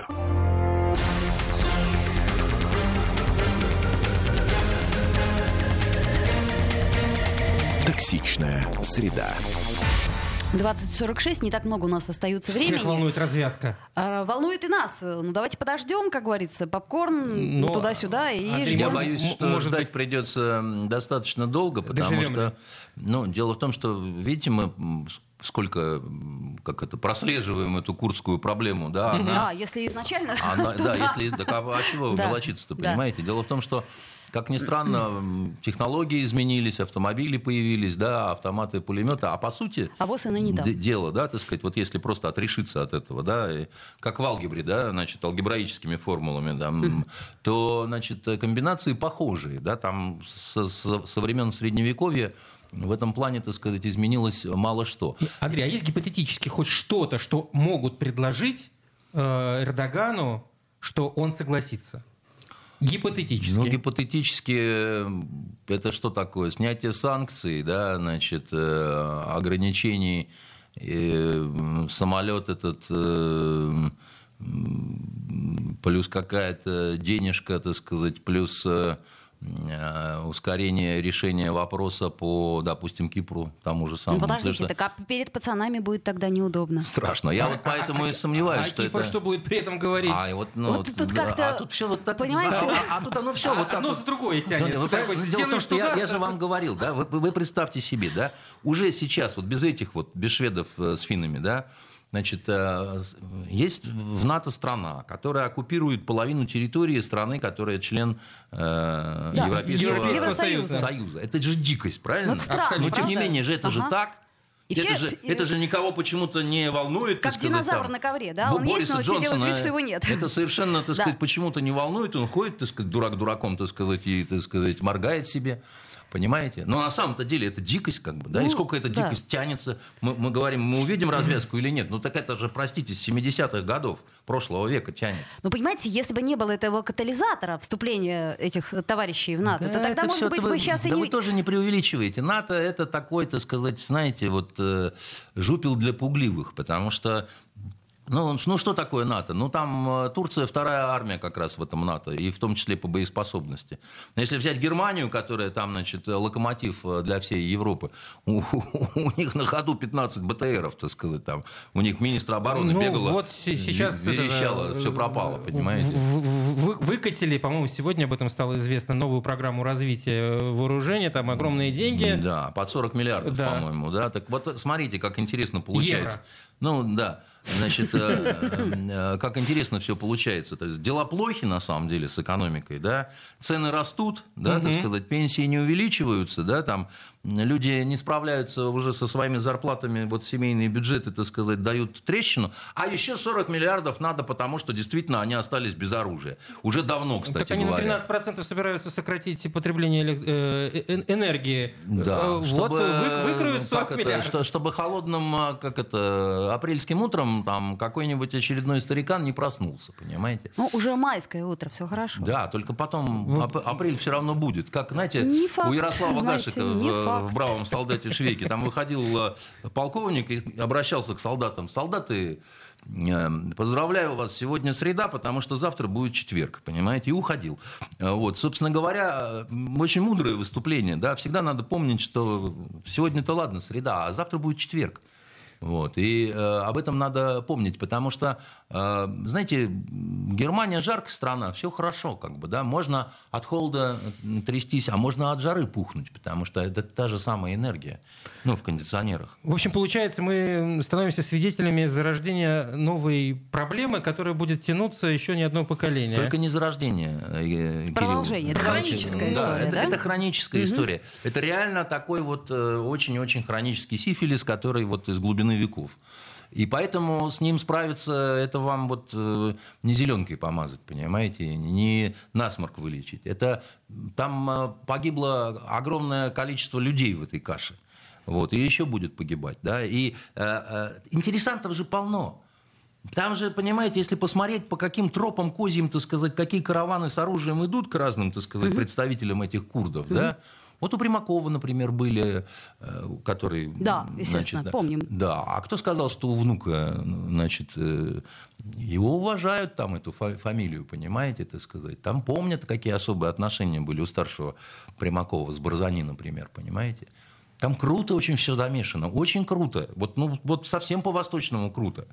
Токсичная среда. двадцать сорок шесть, не так много у нас остается времени. Всех волнует развязка. А, волнует и нас. Ну, давайте подождем, как говорится, попкорн Но, туда-сюда и Андрей, ждем. Я боюсь, М- что может ждать быть- придется достаточно долго, потому Доживем ли? что, ну, дело в том, что, видите, мы м, сколько, м, как это, прослеживаем эту курдскую проблему, да, она- А, если изначально... Она- то да, да. если так, а а чего Да, волочиться-то, да. понимаете? Дело в том, что, как ни странно, м, технологии изменились, автомобили появились, да, автоматы, пулеметы, а по сути А ВОЗ и ныне там. д- дело, да, так сказать, вот если просто отрешиться от этого, да, и как в алгебре, да, значит, алгебраическими формулами, да, м, то, значит, комбинации похожие, да, там со, со- со времен Средневековья в этом плане, так сказать, изменилось мало что. Андрей, а есть гипотетически хоть что-то, что могут предложить э, Эрдогану, что он согласится? Гипотетически. Ну, гипотетически, э, это что такое? Снятие санкций, да, значит, э, ограничений, э, самолет этот, э, м, плюс какая-то денежка, так сказать, плюс э, э, ускорение решения вопроса по, допустим, Кипру, тому же Ну, самому. подождите, Потому что так а перед пацанами будет тогда неудобно. страшно. Я вот поэтому и сомневаюсь, а что Кипр это... что будет при этом говорить? А, и вот, ну, Вот тут да, как-то, а тут все вот так, понимаете? а, а тут оно все вот так. Одно вот. за другое Ну, тянется. вы Такой, понимаете, дело в том, сделаешь что я, туда, я же да. вам говорил, да, вы, вы представьте себе, да, уже сейчас, вот без этих вот, без шведов э, с финнами, да, значит, э, с- есть в НАТО страна, которая оккупирует половину территории страны, которая член э, Да, Европейского, Европейского Союза. Союза. Это же дикость, правильно? Вот странно, Но тем не правда? менее же это же Ага. так. И это, все- же, это же никого почему-то не волнует. Как так сказать, динозавр там. на ковре, да? Бо- Он есть, Бориса но все делают Джонсона вид, что его нет. Это совершенно, так Да. сказать, почему-то не волнует. Он ходит, так сказать, дурак дураком, так сказать, и, так сказать, моргает себе. Понимаете? Но на самом-то деле это дикость, как бы, да? Ну, и сколько эта да. дикость тянется? Мы, мы говорим, мы увидим развязку или нет? Ну так это же, простите, с семидесятых годов прошлого века тянется. Ну, понимаете, если бы не было этого катализатора вступления этих товарищей в НАТО, то Да, тогда, это может всё- быть, это вы вы, сейчас и да не... вы тоже не преувеличиваете. НАТО это такой, так сказать, знаете, вот э, жупел для пугливых, потому что ну, ну, что такое НАТО? Ну, там э, Турция вторая армия как раз в этом НАТО, и в том числе по боеспособности. Но если взять Германию, которая там, значит, локомотив э, для всей Европы, у, у них на ходу пятнадцать БТРов, так сказать, там. У них министр обороны Ну, бегала, вот се- сейчас это, верещала, да, все пропало, понимаете? в- в- вы- Выкатили, по-моему, сегодня об этом стало известно, новую программу развития вооружения, там огромные деньги. Да, под сорок миллиардов, Да. по-моему, да. Так вот, смотрите, как интересно получается. Евро. Ну, да. Значит, э, э, как интересно все получается. То есть дела плохи, на самом деле, с экономикой, да. Цены растут, да, так сказать, пенсии не увеличиваются, да, там люди не справляются уже со своими зарплатами, вот семейные бюджеты, так сказать, дают трещину, а еще сорок миллиардов надо, потому что действительно они остались без оружия. Уже давно, кстати Так они на говоря. тринадцать процентов собираются сократить потребление элек- э, э, энергии. Да, Э, Вот чтобы, вы- выкроют как сорок это, миллиардов. что- чтобы холодным, а, как это, апрельским утром там какой-нибудь очередной старикан не проснулся, понимаете? Ну, уже майское утро, все хорошо. Да, только потом ап- апрель все равно будет. Как, знаете, Не факт, у Ярослава знаете, Гашика не в, в «Бравом солдате Швейке». Там выходил полковник и обращался к солдатам. Солдаты, поздравляю вас, сегодня среда, потому что завтра будет четверг, понимаете, и уходил. Вот, собственно говоря, очень мудрое выступление, да, всегда надо помнить, что сегодня-то ладно, среда, а завтра будет четверг. Вот. И э, об этом надо помнить, потому что, э, знаете, Германия жаркая страна, все хорошо, как бы, да, можно от холода трястись, а можно от жары пухнуть, потому что это та же самая энергия, ну, в кондиционерах. В общем, получается, мы становимся свидетелями зарождения новой проблемы, которая будет тянуться еще не одно поколение. Только не зарождение, э, Продолжение. Кирилл. Это хроническая да, история, это, да? это хроническая Угу. история. Это реально такой вот э, очень-очень хронический сифилис, который вот из глубины веков. И поэтому с ним справиться, это вам вот э, не зеленкой помазать, понимаете, не насморк вылечить. Это там э, погибло огромное количество людей в этой каше. Вот, и еще будет погибать. Да? И э, э, интересантов же полно. Там же, понимаете, если посмотреть, по каким тропам козьим, так сказать, какие караваны с оружием идут к разным, так сказать, mm-hmm. представителям этих курдов, mm-hmm. да? Вот у Примакова, например, были, которые... Да, естественно, значит, помним. Да, а кто сказал, что у внука, значит, его уважают, там, эту фамилию, понимаете, так сказать. Там помнят, какие особые отношения были у старшего Примакова с Барзани, например, понимаете. Там круто очень все замешано, очень круто. Вот, ну, вот совсем по-восточному круто.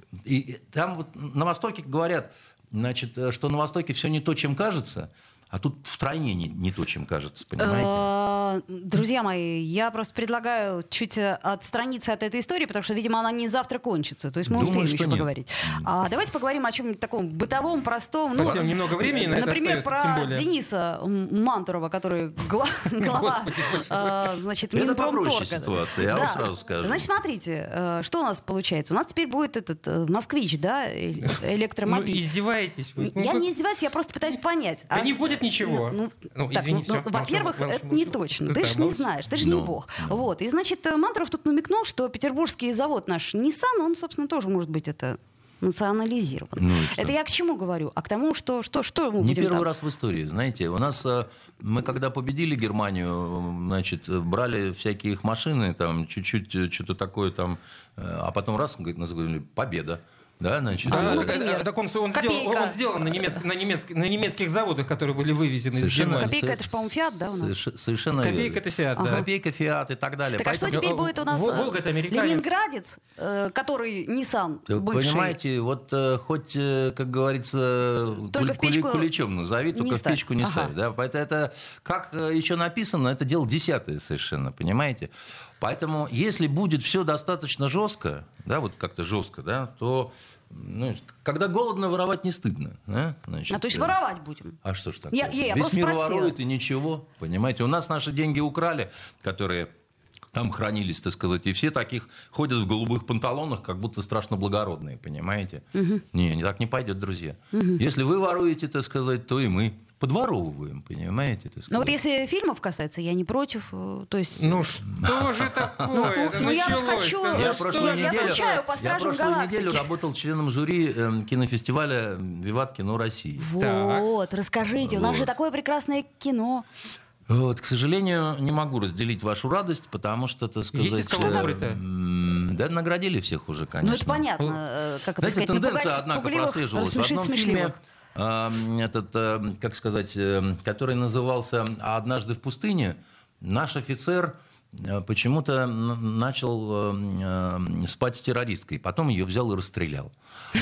И там вот на Востоке говорят, значит, что на Востоке все не то, чем кажется, а тут втройне не, не то, чем кажется, понимаете? Друзья мои, я просто предлагаю чуть отстраниться от этой истории, потому что, видимо, она не завтра кончится. То есть мы Думаю, успеем еще нет. поговорить. А давайте поговорим о чем-нибудь таком бытовом, простом. Совсем ну, немного времени на например, это остается, про тем более. Дениса Мантурова, который гла- глава а, значит, Это Минпромторга. попроще ситуация, я Да. вам сразу скажу. Значит, смотрите, э, что у нас получается. У нас теперь будет этот э, москвич, да, э- Ну, электромобиль. издеваетесь вы. Ну, Я как- не издеваюсь, я просто пытаюсь понять. Да А не с- будет ничего. Ну, Ну, так, извини, ну, всё, ну, потому что во-первых, Welsh это не Mobile- точно. Да, Ты же не Welsh- знаешь, ты же не Ну, бог. ну. Вот. И, значит, э, Мантуров тут намекнул, что петербургский завод наш Nissan, он, собственно, тоже может быть это национализирован. Ну и что? Это я к чему говорю? А к тому, что, что, что мы Не будем первый там? раз в истории, знаете. У нас, э, мы когда победили Германию, значит, брали всякие их машины, там, чуть-чуть, э, что-то такое там, э, а потом раз, говорит, называли «Победа». Да, значит, Да, ну, так, например, так он, он, сделал, копейка. он сделан на, немецк, на, немецк, на немецких заводах, которые были вывезены из Совершенно, Германии. Копейка, это ж, по-моему, «Фиат», да, у нас? соверш- Совершенно Копейка верно. это «Фиат», да. Ага. Копейка, «Фиат» и так далее. Так а что Поэтому- теперь будет у нас? Вол- э, Волга-то американец. Ленинградец, э, который Nissan Вы бывший. Понимаете, вот э, хоть, э, как говорится, Только куль- в печку куличом назови, не только в ставь. печку не Ага. ставь. Да? Поэтому это, как э, еще написано, это дело десятое совершенно, понимаете? Поэтому, если будет все достаточно жестко, да, вот как-то жестко, да, то, ну, когда голодно, воровать не стыдно. Да? Значит, А то есть э, воровать будем. А что ж такое? Я- я- я Весь просто мир спросила. ворует и ничего, понимаете? У нас наши деньги украли, которые там хранились, так сказать, и все таких ходят в голубых панталонах, как будто страшно благородные, понимаете? Не, не так не пойдет, друзья. Если вы воруете, так сказать, то и мы подворовываем, понимаете? Так Ну вот сказать. если фильмов касается, я не против. э, То есть... Ну что же такое? Это ну, я вот началось. хочу- Да Я ну прошлую что же я неделю, скучаю по я «Стражам прошлую Галактики». неделю работал членом жюри э, кинофестиваля «Виват Кино России». Вот, расскажите, у нас Вот. же такое прекрасное кино. Вот, к сожалению, не могу разделить вашу радость, потому что, так сказать... Есть из кого э, выбрать-то? м, Да, наградили всех уже, конечно. Ну это понятно, э, как это Знаете, сказать, не тенденция, пугать однако, пугливых, прослеживалась. В рассмешить одном смешливых. фильме, э, этот, э, как сказать, э, который назывался «Однажды в пустыне», наш офицер э, почему-то н- начал э, э, спать с террористкой. Потом ее взял и расстрелял.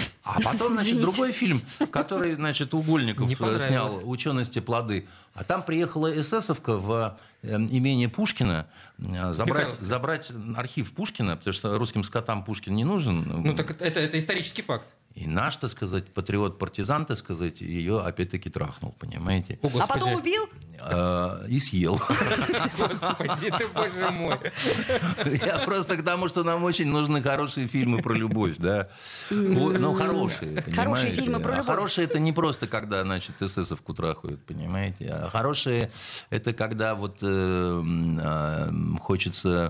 А потом, значит, Извините. другой фильм, который, значит, Угольников Не э, понравилось. снял «Учености плоды». А там приехала эсэсовка в э, имение Пушкина э, забрать, Михайловская. забрать архив Пушкина, потому что русским скотам Пушкин не нужен. Ну так это, это исторический факт. И наш, так сказать, патриот-партизан, так сказать, ее опять-таки трахнул, понимаете? О, А Господи. потом убил? Э, И съел. Господи, ты, боже мой. Я просто к тому, что нам очень нужны хорошие фильмы про любовь, да. О, Ну, хорошие, понимаете? фильмы про А любовь. хорошие — это не просто, когда, значит, эсэсовку трахают, понимаете? А хорошие — это когда вот э, м, а, хочется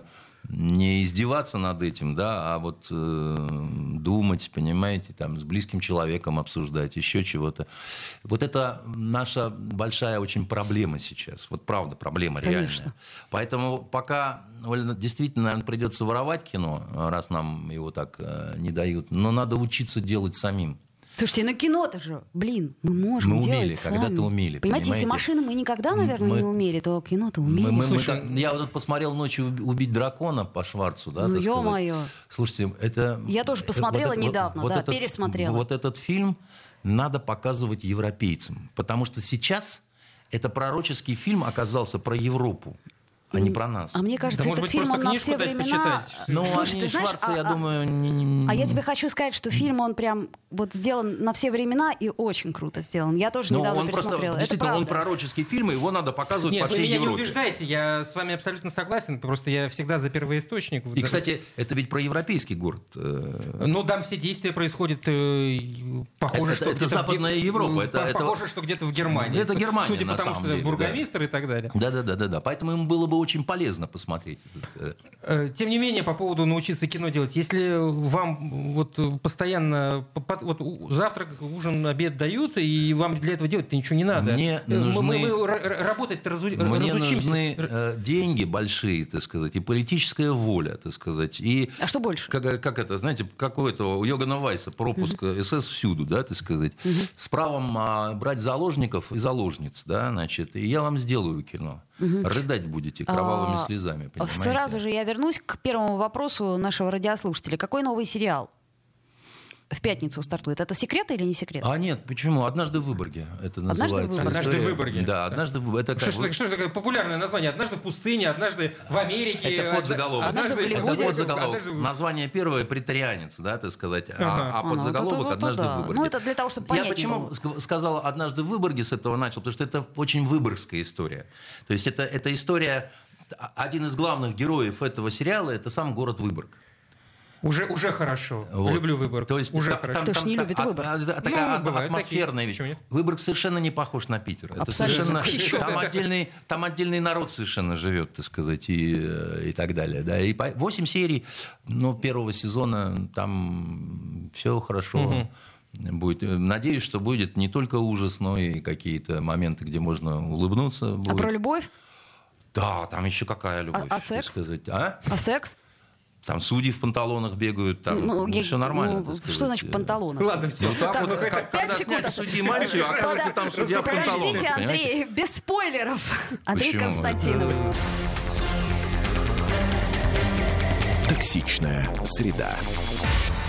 не издеваться над этим, да, а вот э, думать, понимаете, там, с близким человеком обсуждать, еще чего-то. Вот это наша большая очень проблема сейчас. Вот правда, проблема реальная. Конечно. Поэтому пока, Оля, действительно, наверное, придется воровать кино, раз нам его так э, не дают, но надо учиться делать самим. Слушайте, ну кино-то же, блин, мы можем Мы делать умели, сами. когда-то умели, Понимаете, если понимаете? машины мы никогда, наверное, Мы- не умели, то кино-то умели. Мы- мы- мы Слушай, так- я вот тут посмотрел ночью «Убить дракона» по Шварцу, да, Ну, так сказать. ё-моё. Слушайте, это... Я тоже посмотрела вот это- недавно, да, этот- пересмотрела. Вот этот фильм надо показывать европейцам, потому что сейчас это пророческий фильм оказался про Европу, а не про нас. А мне кажется, Да, может этот быть, фильм, просто он на книжку все дать времена... почитать. Ну, Слушай, они ты знаешь, Шварца, а- я а- думаю... не- не- А я тебе хочу сказать, что фильм, он прям вот сделан на все времена и очень круто сделан. Я тоже Ну, недавно он просто, пересмотрела. Это действительно, он правда. пророческий фильм, и его надо показывать Нет, по вы всей меня не Европе. убеждаете, я с вами абсолютно согласен, просто я всегда за первоисточник. И, кстати, это ведь про европейский город. э, Ну, там все действия происходят э, похоже, Это- что это где-то в Западная Ге- Европа, м, это- по- это- Похоже, что где-то в Германии. Это Германия, Судя на по тому, самом что деле, бургомистр и так далее. Да, да, да, да, да. Поэтому им было бы очень полезно посмотреть. этот, э, Э, Тем не менее, по поводу научиться кино делать, если вам вот постоянно по- по- вот у- завтрак, ужин, обед дают, и вам для этого делать-то ничего не надо. Мне Э, мы- нужны- мы- мы р- р- работать-то разу- Мне разучимся. нужны Р- э, деньги большие, так сказать, и политическая воля, так сказать. И А что больше? как, как это, знаете, как у этого, у Йогана Вайса пропуск СС всюду, да, так сказать, с правом а, брать заложников и заложниц, да, значит, и я вам сделаю кино. Рыдать будете кровавыми А, слезами, понимаете? Сразу же я вернусь к первому вопросу нашего радиослушателя. Какой новый сериал в пятницу стартует? Это секрет или не секрет? А нет, почему? «Однажды в Выборге» это «Однажды в называется. Выборге». «Однажды в история. Выборге». Да, «Однажды в Выборге». Это Что, как- ж так- что же такое популярное название? «Однажды в пустыне», «Однажды в Америке». Это подзаголовок. «Однажды в Голливуде». Это подзаголовок. «Однажды в- Название первое «Претарианец», да, так сказать, а, Ага. а А, ну, подзаголовок вот это- «Однажды да. в Выборге». Ну, это для того, чтобы Я понятнее почему было. ск- сказал «Однажды в Выборге», с этого начал, потому что это очень выборгская история. То есть это, это история... Один из главных героев этого сериала – это сам город Выборг. Уже, уже хорошо. Вот. Люблю Выборг. То есть уже та- хорошо. Кто ж не та- любит а- Выборг? а- а- Ну, Такая ат- бывают атмосферная такие. вещь. Почему нет? Выборг совершенно не похож на Питер. Это Абсолютно. совершенно... Еще Там да. отдельный, там отдельный народ совершенно живет, так сказать, и, э, и так далее. Да. И по- восемь серий, ну, первого сезона, там все хорошо. Будет. Надеюсь, что будет не только ужас, но и какие-то моменты, где можно улыбнуться. А будет. про любовь? Да, там еще какая любовь. А- а так секс? сказать. А? А секс? Там судьи в панталонах бегают, там Ну, я- все нормально. ну, так что сказать. значит панталонах? Ладно, все. Ну, так Так, вот, ну, как- пять когда секунд. снять судьи мантию, оказывается, там судья в панталонах. Подождите, понимаете? Андрей, без спойлеров. Андрей Почему? Константинов. Токсичная среда.